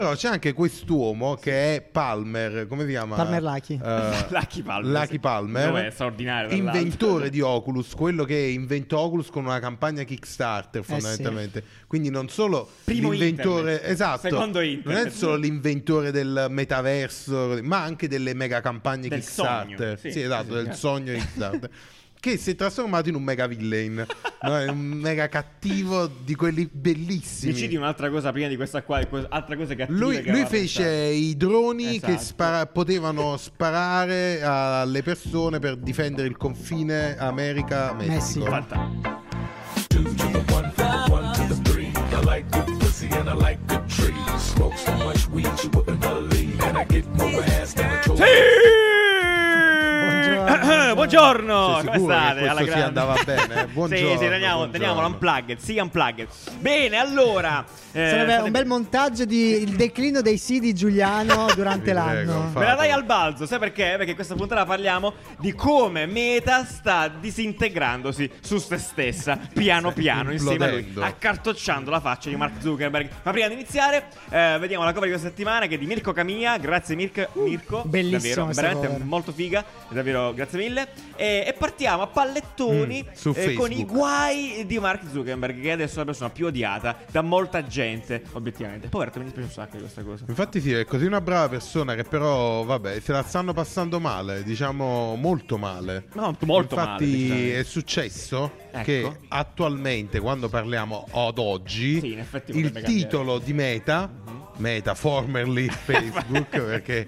Però c'è anche quest'uomo che è Palmer, come si chiama? Palmer Lucky. Lucky Palmer. Dove è straordinario, inventore di Oculus, quello che inventò Oculus con una campagna Kickstarter fondamentalmente. Sì. Quindi non solo Primo l'inventore, internet. esatto, Secondo non internet. è solo l'inventore del metaverso, ma anche delle mega campagne Del Kickstarter. sogno. Sì, esatto, del sogno Kickstarter. Che si è trasformato in un mega villain, no? È un mega cattivo di quelli bellissimi. Decidi un'altra cosa prima di questa qua, altre cose cattive. Lui fece i droni che Esatto. potevano sparare alle persone per difendere il confine America-Messico. Fantastico. 2 to the 1, from the 1 to the 3. I like good pussy and I like good trees. Smoke so much weed you wouldn't believe. And I get more ass than a trophy. Buongiorno, Sei come sicuro state? che questo Alla andava bene? Buongiorno, sì, teniamo l'unplugged. Sì, unplugged. Bene, allora Sarebbe un bel montaggio di il declino dei sì di Giuliano durante Vi prego, l'anno. me la dai al balzo, sai perché? Perché in questa puntata parliamo di come Meta sta disintegrandosi su se stessa, piano piano, insieme a lui, implodendo. accartocciando la faccia di Mark Zuckerberg. Ma prima di iniziare, vediamo la cover di questa settimana che è di Mirko Camia. Grazie Mirko, bellissima davvero, questa veramente cover. molto figa, davvero, grazie mille. E partiamo a pallettoni su con i Facebook. guai di Mark Zuckerberg, che è adesso la persona più odiata da molta gente, obiettivamente. Poverto, mi dispiace un sacco di questa cosa. Infatti sì, è così una brava persona che però, vabbè, se la stanno passando male, diciamo molto male. No, molto male, Infatti decisamente. è successo Ecco. che attualmente, quando parliamo ad oggi, Sì, in effetti il potrebbe titolo di Meta, formerly Facebook, perché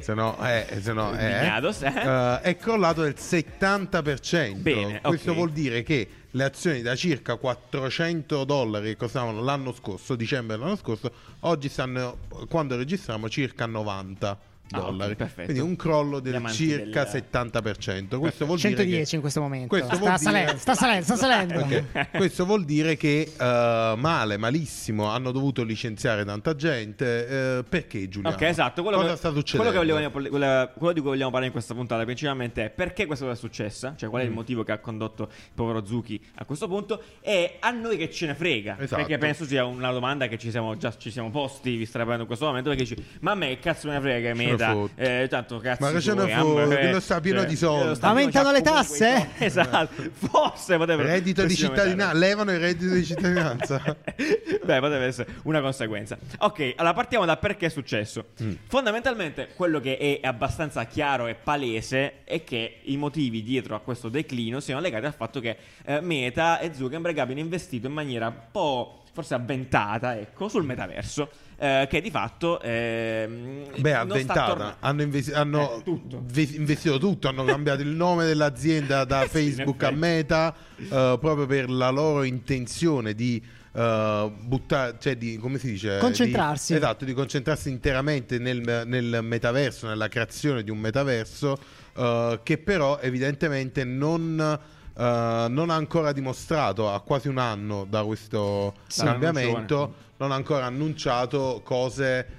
Indignados, è crollato del 70%. Bene, Questo ok. vuol dire che le azioni da circa $400 che costavano l'anno scorso, dicembre dell'anno scorso, oggi stanno, quando registriamo, circa $90. ok, perfetto. Quindi un crollo del Diamanti circa del- 70%. Questo vuol 110 dire che, in questo momento. questo Sta vuol salendo, dire- sta salendo. Ok. Questo vuol dire che malissimo, hanno dovuto licenziare tanta gente. Perché, Giuliano? Ok, esatto. Cosa sta succedendo? Quello di cui vogliamo parlare in questa puntata principalmente è perché questa cosa è successa, cioè qual è il motivo che ha condotto il povero Zucchi a questo punto, e a noi che ce ne frega. Esatto. Perché penso sia una domanda che ci siamo posti, vi stai parlando in questo momento, perché dici, ma a me che cazzo me ne frega, Ce ne Meta, fotte. tanto cazzo Ma che ce ne vuoi, fotte, Amber, che lo sta pieno di soldi. lo sta pieno, Aumentano c'ha le comunque tasse? i soldi. Esatto, forse poteva Reddito di possiamo cittadinanza, mettere. levano il reddito di cittadinanza. Beh, potrebbe essere una conseguenza. Ok, allora partiamo da perché è successo. Fondamentalmente quello che è abbastanza chiaro e palese è che i motivi dietro a questo declino siano legati al fatto che Meta e Zuckerberg abbiano investito in maniera un po' forse avventata, ecco, sul metaverso, che di fatto Beh, non sta avventata. tornando. Hanno tutto. investito tutto, hanno cambiato il nome dell'azienda da Facebook a effetti. Meta, proprio per la loro intenzione di buttare, cioè di, come si dice? Concentrarsi. Esatto, di concentrarsi interamente nel metaverso, nella creazione di un metaverso, che però evidentemente non ha ancora dimostrato, a quasi un anno da questo cambiamento, non ha ancora annunciato cose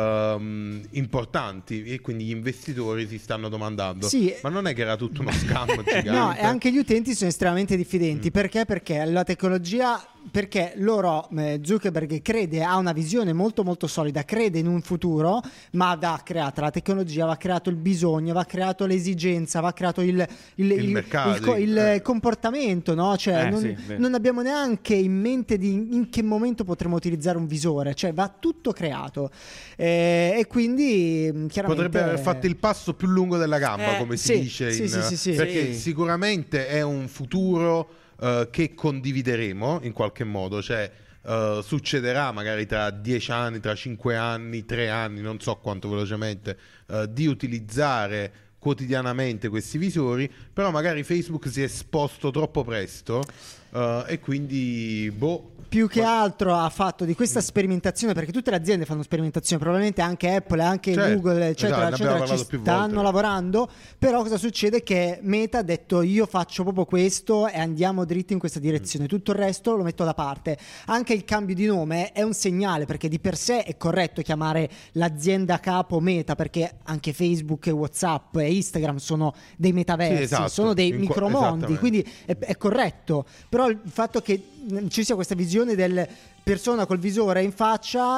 importanti, e quindi gli investitori si stanno domandando: Sì. ma non è che era tutto uno scam gigante? No, e anche gli utenti sono estremamente diffidenti. Perché? Perché la tecnologia, perché loro, Zuckerberg crede, ha una visione molto molto solida, crede in un futuro, ma va creata la tecnologia, va creato il bisogno, va creato l'esigenza, va creato il mercato, comportamento, no? Cioè sì, vero. non abbiamo neanche in mente di in che momento potremo utilizzare un visore, cioè va tutto creato. E quindi chiaramente potrebbe aver fatto il passo più lungo della gamba, come si sì, dice, sì. perché Sì. sicuramente è un futuro che condivideremo in qualche modo, cioè succederà magari tra 10 anni, tra 5 anni, 3 anni, non so quanto velocemente, di utilizzare quotidianamente questi visori, però magari Facebook si è esposto troppo presto, e quindi più che altro ha fatto di questa sperimentazione, perché tutte le aziende fanno sperimentazione, probabilmente anche Apple, anche Certo, Google, eccetera, esatto, ne abbiamo eccetera, ci parlato più stanno volte. lavorando. Però cosa succede? Che Meta ha detto: io faccio proprio questo e andiamo dritti in questa direzione, tutto il resto lo metto da parte. Anche il cambio di nome è un segnale, perché di per sé è corretto chiamare l'azienda capo Meta, perché anche Facebook e WhatsApp e Instagram sono dei metaversi, Sì, esatto, sono dei micromondi, esattamente. quindi è corretto. Però Però il fatto che ci sia questa visione del persona col visore in faccia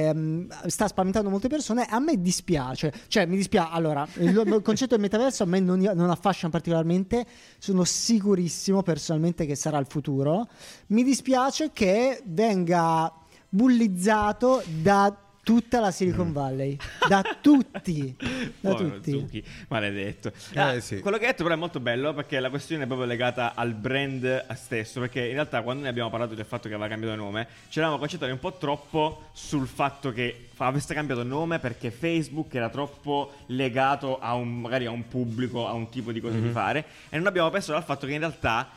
sta spaventando molte persone. A me dispiace, cioè mi dispiace. Allora, il concetto del metaverso a me non affascina particolarmente. Sono sicurissimo personalmente che sarà il futuro. Mi dispiace che venga bullizzato da tutta la Silicon Valley, da tutti, Zucchi, maledetto. Sì. Quello che hai detto però è molto bello, perché la questione è proprio legata al brand stesso, perché in realtà quando ne abbiamo parlato del fatto che aveva cambiato nome, ci eravamo concentrati un po' troppo sul fatto che avesse cambiato nome perché Facebook era troppo legato magari a un pubblico, a un tipo di cose di fare, e non abbiamo pensato al fatto che in realtà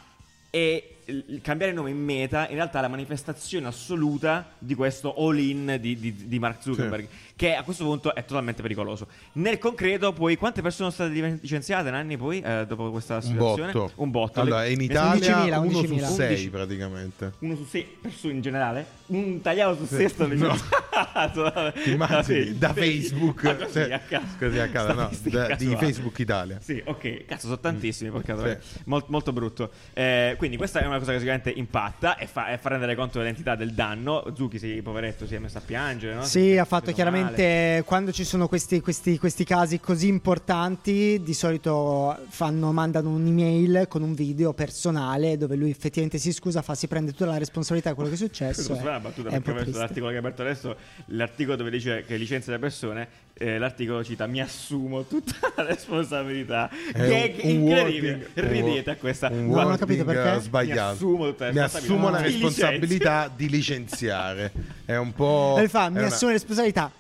il cambiare nome in Meta in realtà è la manifestazione assoluta di questo all-in di Mark Zuckerberg, che a questo punto è totalmente pericoloso. Nel concreto, poi, quante persone sono state licenziate, Nanni, poi, dopo questa situazione? Un botto. Allora, in Italia 11.000, 1 su 11.000. 6 praticamente. 1 su 6 persone in generale? Un italiano su 6 stanno licenziato. Ti immagini? Da Facebook. Così a caso. Così a caso, no, Statistiche di casuali. Facebook Italia. Sì, ok, cazzo, sono tantissimi, porca troia. Sì. Molto brutto. Quindi questa è una cosa che sicuramente impatta e fa rendere conto dell'entità del danno. Zucchi, poveretto, si è messo a piangere, no? Sì, ha fatto chiaramente, quando ci sono questi casi così importanti, di solito mandano un'email con un video personale dove lui effettivamente si scusa, si prende tutta la responsabilità di quello che è successo. Posso fare una battuta, è un perché po' ho visto triste. l'articolo che hai aperto adesso, l'articolo dove dice che licenzia le persone, l'articolo cita: mi assumo tutta la responsabilità. Che è incredibile. Ridete a questa. Un non ho capito wording perché. sbagliato. Mi assumo tutta la Mi assumo la Ti responsabilità di licenziare. È un po'. E mi assume responsabilità.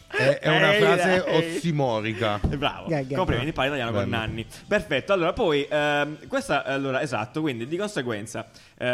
È una frase ehi. ossimorica. Bravo, Gag. complimenti, parli italiano con Bello. Nanni. Perfetto, allora poi questa, allora, esatto, quindi di conseguenza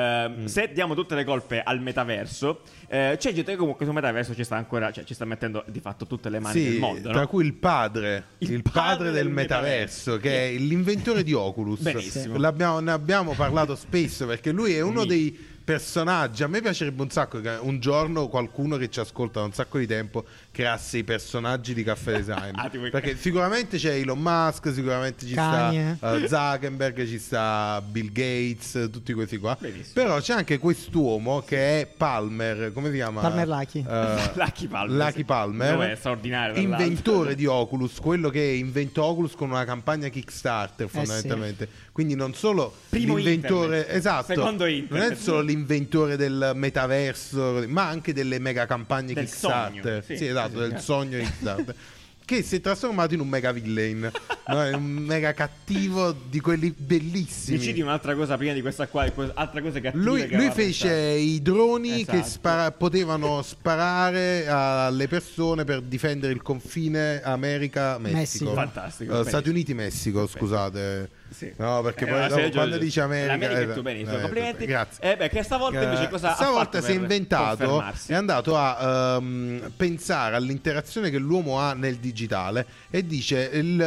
se diamo tutte le colpe al metaverso, c'è gente che comunque sul metaverso ci sta ancora, cioè ci sta mettendo di fatto tutte le mani del mondo, tra no? cui il padre del metaverso, che è l'inventore di Oculus. Benissimo. Ne abbiamo parlato spesso perché lui è uno dei personaggi. A me piacerebbe un sacco che un giorno qualcuno che ci ascolta da un sacco di tempo creasse i personaggi di Caffè Design. Perché sicuramente c'è Elon Musk, sicuramente ci Kanye. sta Zuckerberg, ci sta Bill Gates, tutti questi qua. Benissimo. Però c'è anche quest'uomo che è Palmer, come si chiama? Palmer Lucky. Lucky Palmer. Lucky Palmer, Dov'è? Straordinario, tra l'altro. inventore di Oculus, quello che inventò Oculus con una campagna Kickstarter fondamentalmente. Quindi non solo Primo l'inventore, internet. esatto, Secondo internet. non è solo l'inventore del metaverso, ma anche delle mega campagne Del Kickstarter. sogno. Sì, esatto, Sì. del sogno Kickstarter. Che si è trasformato in un mega villain, no? È un mega cattivo di quelli bellissimi. Dici di un'altra cosa prima di questa qua, altra cosa cattiva Lui che aveva fece pensato. i droni che Esatto. potevano sparare alle persone per difendere il confine America-Messico. Messico. Fantastico, Stati Uniti-Messico, scusate. Sì. No, perché poi sì, dopo, hai quando ragione. dice America... L'America è tu, benissimo, complimenti. Grazie. Che stavolta invece cosa ha Stavolta fatto si è per inventato, confermarsi? è andato a pensare all'interazione che l'uomo ha nel digitale e dice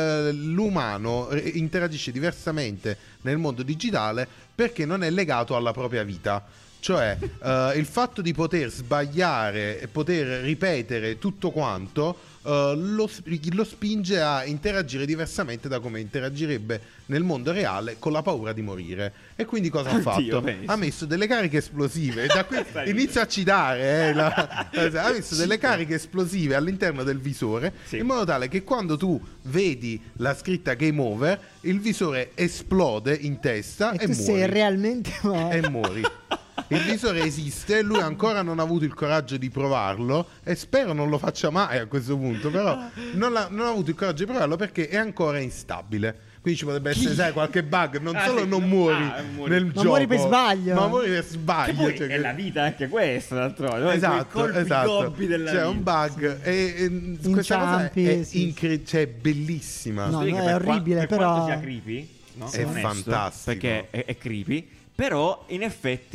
l'umano interagisce diversamente nel mondo digitale perché non è legato alla propria vita. Cioè il fatto di poter sbagliare e poter ripetere tutto quanto lo spinge a interagire diversamente da come interagirebbe nel mondo reale, con la paura di morire. E quindi cosa ha fatto? benissimo. Ha messo delle cariche esplosive. Da qui inizia a citare ha messo delle cariche esplosive all'interno del visore, Sì. in modo tale che quando tu vedi la scritta game over, il visore esplode in testa E e tu sei muori. realmente E muori. Il visore esiste, lui ancora non ha avuto il coraggio di provarlo e spero non lo faccia mai a questo punto, però non ha avuto il coraggio di provarlo perché è ancora instabile. Quindi ci potrebbe essere, sai, qualche bug. Non solo sì, non no. muori Muori. nel Ma gioco, muori per sbaglio. ma muori per Che sbaglio. poi cioè è che- la vita anche questa, d'altronde, no? Quei Esatto, colpi esatto. gobbi della C'è vita. un bug e questa cosa Inciampi, è sì. cioè, bellissima. No, Vedi che è per orribile, per però- quanto sia creepy, no? È Onesto, fantastico. perché è creepy, però in effetti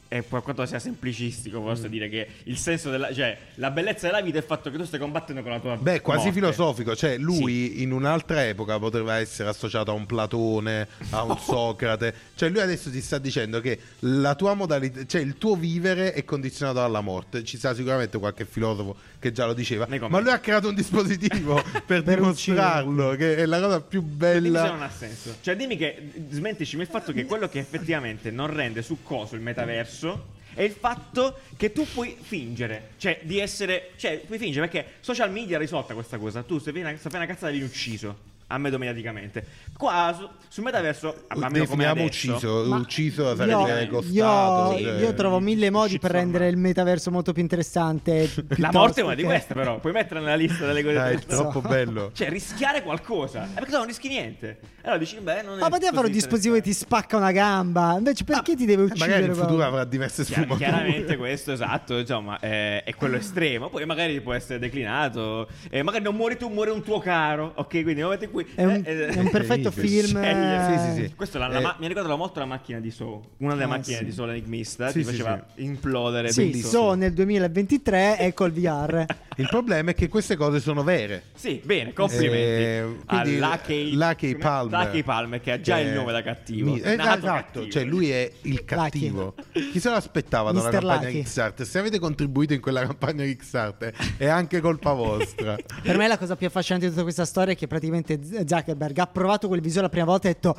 e per quanto sia semplicistico, posso dire che il senso della, cioè la bellezza della vita è il fatto che tu stai combattendo con la tua Beh, quasi morte. filosofico, cioè lui in un'altra epoca poteva essere associato a un Platone, a un Socrate, cioè lui adesso ti sta dicendo che la tua modalità, cioè il tuo vivere è condizionato dalla morte. Ci sarà sicuramente qualche filosofo che già lo diceva, ma lui ha creato un dispositivo per dimostrarlo, che è la cosa più bella. Dimmi se non ha senso, cioè dimmi che, smentimi il fatto che quello che effettivamente non rende succoso il metaverso è il fatto che tu puoi fingere, cioè di essere, cioè puoi fingere, perché social media ha risolta questa cosa. Tu se fai una cazzata vieni ucciso a me mediaticamente. Qua sul metaverso, almeno come adesso, ucciso sarebbe costato. Io trovo mille modi per rendere il metaverso molto più interessante. La morte è una di queste, però puoi mettere nella lista delle cose. È troppo bello. Cioè rischiare qualcosa, perché tu non rischi niente. Allora dici, beh, non è. Ma poteva fare un dispositivo che ti spacca una gamba. Invece perché ti deve uccidere? Magari in futuro avrà diverse sfumature. Chiaramente questo, esatto, insomma, è quello estremo. Poi magari può essere declinato, magari non muori tu, muore un tuo caro. Ok, quindi nel momento in cui è un perfetto film. Sì. Questo mi ricorda molto la macchina di Saw, una delle macchine di Saw enigmista, sì, ti faceva implodere. Sì, Saw nel 2023 è col VR. Il problema è che queste cose sono vere. Sì, bene, complimenti a Lucky Palmer, che ha già il nome da cattivo. Esatto, cattivo. Cioè lui è il cattivo. Chi se lo aspettava dalla campagna Kickstarter? Se avete contribuito in quella campagna Kickstarter è anche colpa vostra. Per me la cosa più affascinante di tutta questa storia è che praticamente Zuckerberg ha provato quel visore la prima volta e ha detto: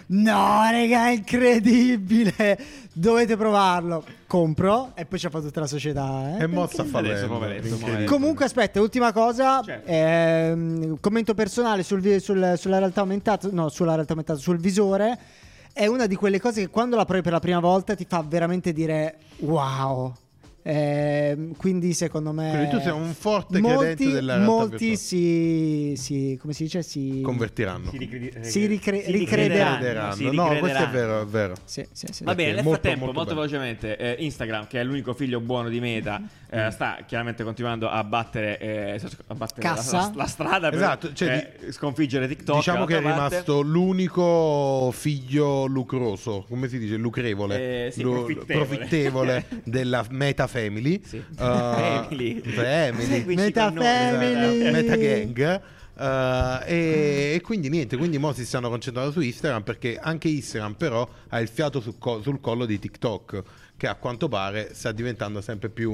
no raga, è incredibile, dovete provarlo, compro, e poi ci ha fatto tutta la società. È mossa fallendo. Comunque aspetta, ultima cosa, certo. Commento personale sulla realtà aumentata, sul visore. È una di quelle cose che quando la provi per la prima volta ti fa veramente dire wow. Quindi secondo me quindi tu sei un forte credente della realtà molti si come si dice, si convertiranno, si ricrederanno. No, questo è vero. Sì. Va bene, nel frattempo molto bello. velocemente, Instagram, che è l'unico figlio buono di Meta, sta chiaramente continuando a battere la strada per sconfiggere TikTok. Diciamo che è rimasto l'unico figlio lucroso, come si dice, lucrevole, profittevole della Meta Family, Meta Family, Meta Gang. E quindi niente, quindi mo si stanno concentrando su Instagram, perché anche Instagram però ha il fiato sul collo di TikTok, che a quanto pare sta diventando sempre più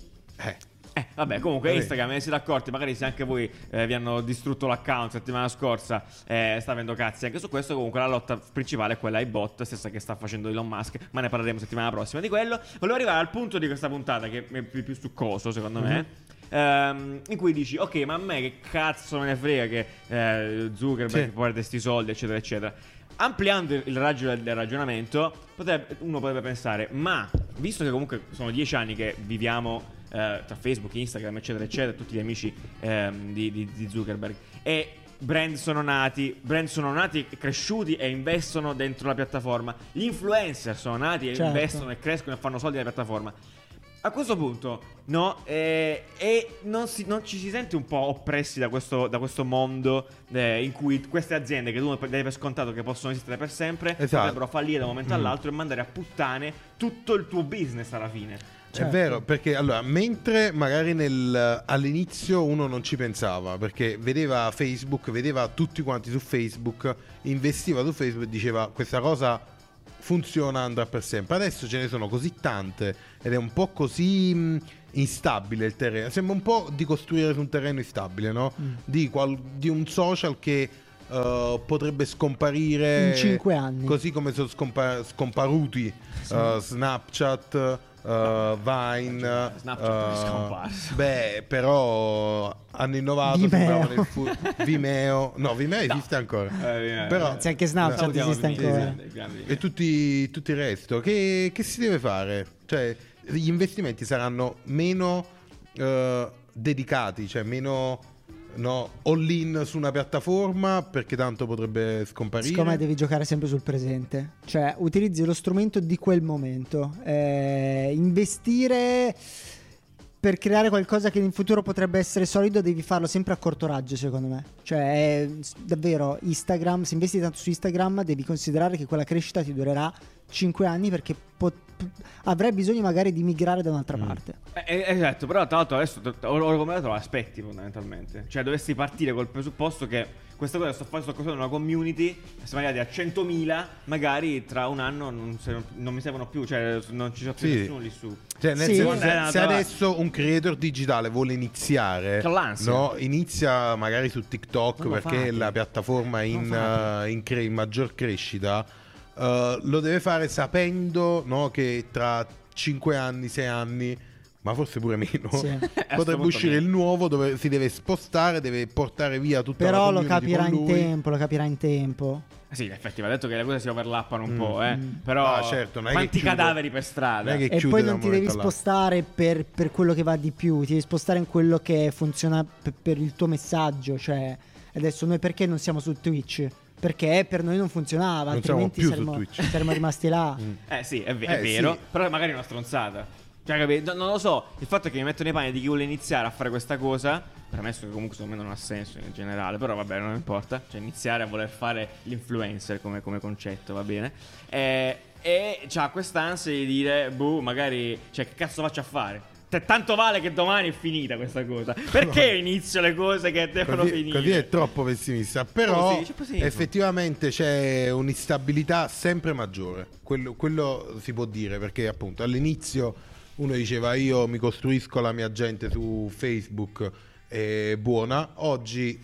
vabbè, comunque Instagram, siete accorti, magari se anche voi vi hanno distrutto l'account settimana scorsa, sta avendo cazzi anche su questo. Comunque la lotta principale è quella ai bot, stessa che sta facendo Elon Musk, ma ne parleremo settimana prossima di quello. Volevo arrivare al punto di questa puntata che è più succoso secondo me, in cui dici ok, ma a me che cazzo me ne frega che Zuckerberg può perdere sti soldi, eccetera eccetera. Ampliando il raggio del ragionamento, uno potrebbe pensare, ma visto che comunque sono 10 anni che viviamo tra Facebook, Instagram, eccetera eccetera, tutti gli amici di Zuckerberg, e brand sono nati, cresciuti e investono dentro la piattaforma, gli influencer sono nati e investono e crescono e fanno soldi nella piattaforma. A questo punto non ci si sente un po' oppressi da questo mondo in cui queste aziende che tu dai per scontato che possono esistere per sempre potrebbero fallire da un momento all'altro e mandare a puttane tutto il tuo business alla fine. È vero, perché allora, mentre magari all'inizio uno non ci pensava, perché vedeva Facebook, vedeva tutti quanti su Facebook, investiva su Facebook e diceva questa cosa funziona, andrà per sempre. Adesso ce ne sono così tante ed è un po' così instabile il terreno. Sembra un po' di costruire su un terreno instabile, no? Di un social che potrebbe scomparire in 5 anni, così come sono scomparuti Snapchat, Vine, Snapchat è scomparso. Beh, però hanno innovato, Vimeo. No, Vimeo esiste ancora. Però c'è anche Snapchat, esiste ancora. E tutto il resto. Che si deve fare? Cioè, gli investimenti saranno meno dedicati, cioè meno all in su una piattaforma, perché tanto potrebbe scomparire. Secondo me devi giocare sempre sul presente, cioè utilizzi lo strumento di quel momento, investire per creare qualcosa che in futuro potrebbe essere solido. Devi farlo sempre a corto raggio, secondo me. Cioè davvero Instagram, se investi tanto su Instagram devi considerare che quella crescita ti durerà 5 anni perché avrei bisogno magari di migrare da un'altra parte. Esatto, però tra l'altro adesso ora come lo aspetti fondamentalmente. Cioè dovresti partire col presupposto che questa cosa sto costruendo una community, se magari a 100.000, magari tra un anno non mi servono più, cioè non ci sono più nessuno lì su. Cioè, nel Sì. senso, se adesso un creator digitale vuole iniziare, C'ha l'ansia. no? Inizia magari su TikTok Non lo perché fate. è la piattaforma in maggior crescita. Lo deve fare sapendo, no, che tra 5 anni, 6 anni, ma forse pure meno, Sì. potrebbe uscire il nuovo dove si deve spostare, deve portare via tutta la Però lo community capirà con in lui. tempo, lo capirà in tempo. Sì, in effetti va detto che le cose si overlappano un po', però Ah, certo, non è che quanti chiude- cadaveri per strada. non è che E chiude poi da non un ti devi momento all'altro. spostare per quello che va di più, ti devi spostare in quello che funziona per il tuo messaggio. Cioè, adesso noi perché non siamo su Twitch? Perché per noi non funzionava, Non siamo altrimenti più su saremmo, Twitch. saremmo rimasti là. Sì, è vero, sì. però magari è una stronzata. Cioè, capito? Non lo so, il fatto è che mi metto nei panni di chi vuole iniziare a fare questa cosa, premesso che comunque secondo me non ha senso in generale, però vabbè, non importa. Cioè, iniziare a voler fare l'influencer come concetto, va bene. E c'ha quest'ansia di dire, boh, magari, cioè, che cazzo faccio a fare? Tanto vale che domani è finita questa cosa. Perché io inizio le cose che devono finire? Così è troppo pessimista. Però Così, c'è pessimismo. effettivamente c'è un'instabilità sempre maggiore. Quello si può dire, perché appunto all'inizio uno diceva io mi costruisco la mia gente su Facebook, è buona. Oggi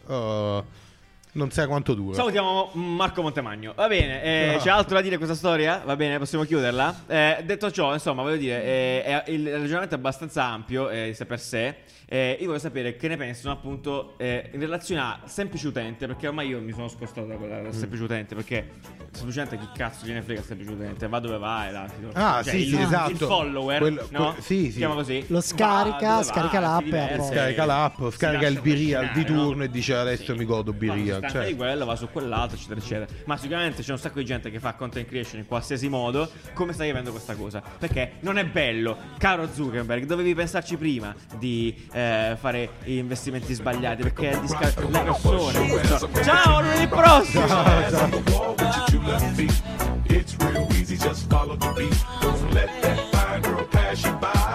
non sai quanto dura. Salutiamo Marco Montemagno. Va bene, c'è altro da dire questa storia? Va bene, possiamo chiuderla. Detto ciò, insomma, voglio dire, il ragionamento è abbastanza ampio di sé per sé. Io voglio sapere che ne pensano appunto in relazione a semplice utente, perché ormai io mi sono spostato da quella da semplice utente, perché semplicemente chi cazzo gliene frega semplice utente, va dove va e là. Ah, sì, sì, esatto. Il follower, no? sì, sì. Si chiama così. Lo scarica, Va, scarica l'app si e a diverte, posto. Scarica l'app, si scarica lascia il birria di affascinare, turno no? e dice adesso mi godo birria. Di Cioè, quello va su quell'altro, eccetera, eccetera. Ma sicuramente c'è un sacco di gente che fa content creation in qualsiasi modo. Come stai vivendo questa cosa? Perché non è bello, caro Zuckerberg. Dovevi pensarci prima di fare investimenti sbagliati. Perché le persone. Ciao, lunedì prossimo! It's real easy, just follow the beat. Don't let that fine girl pass you by.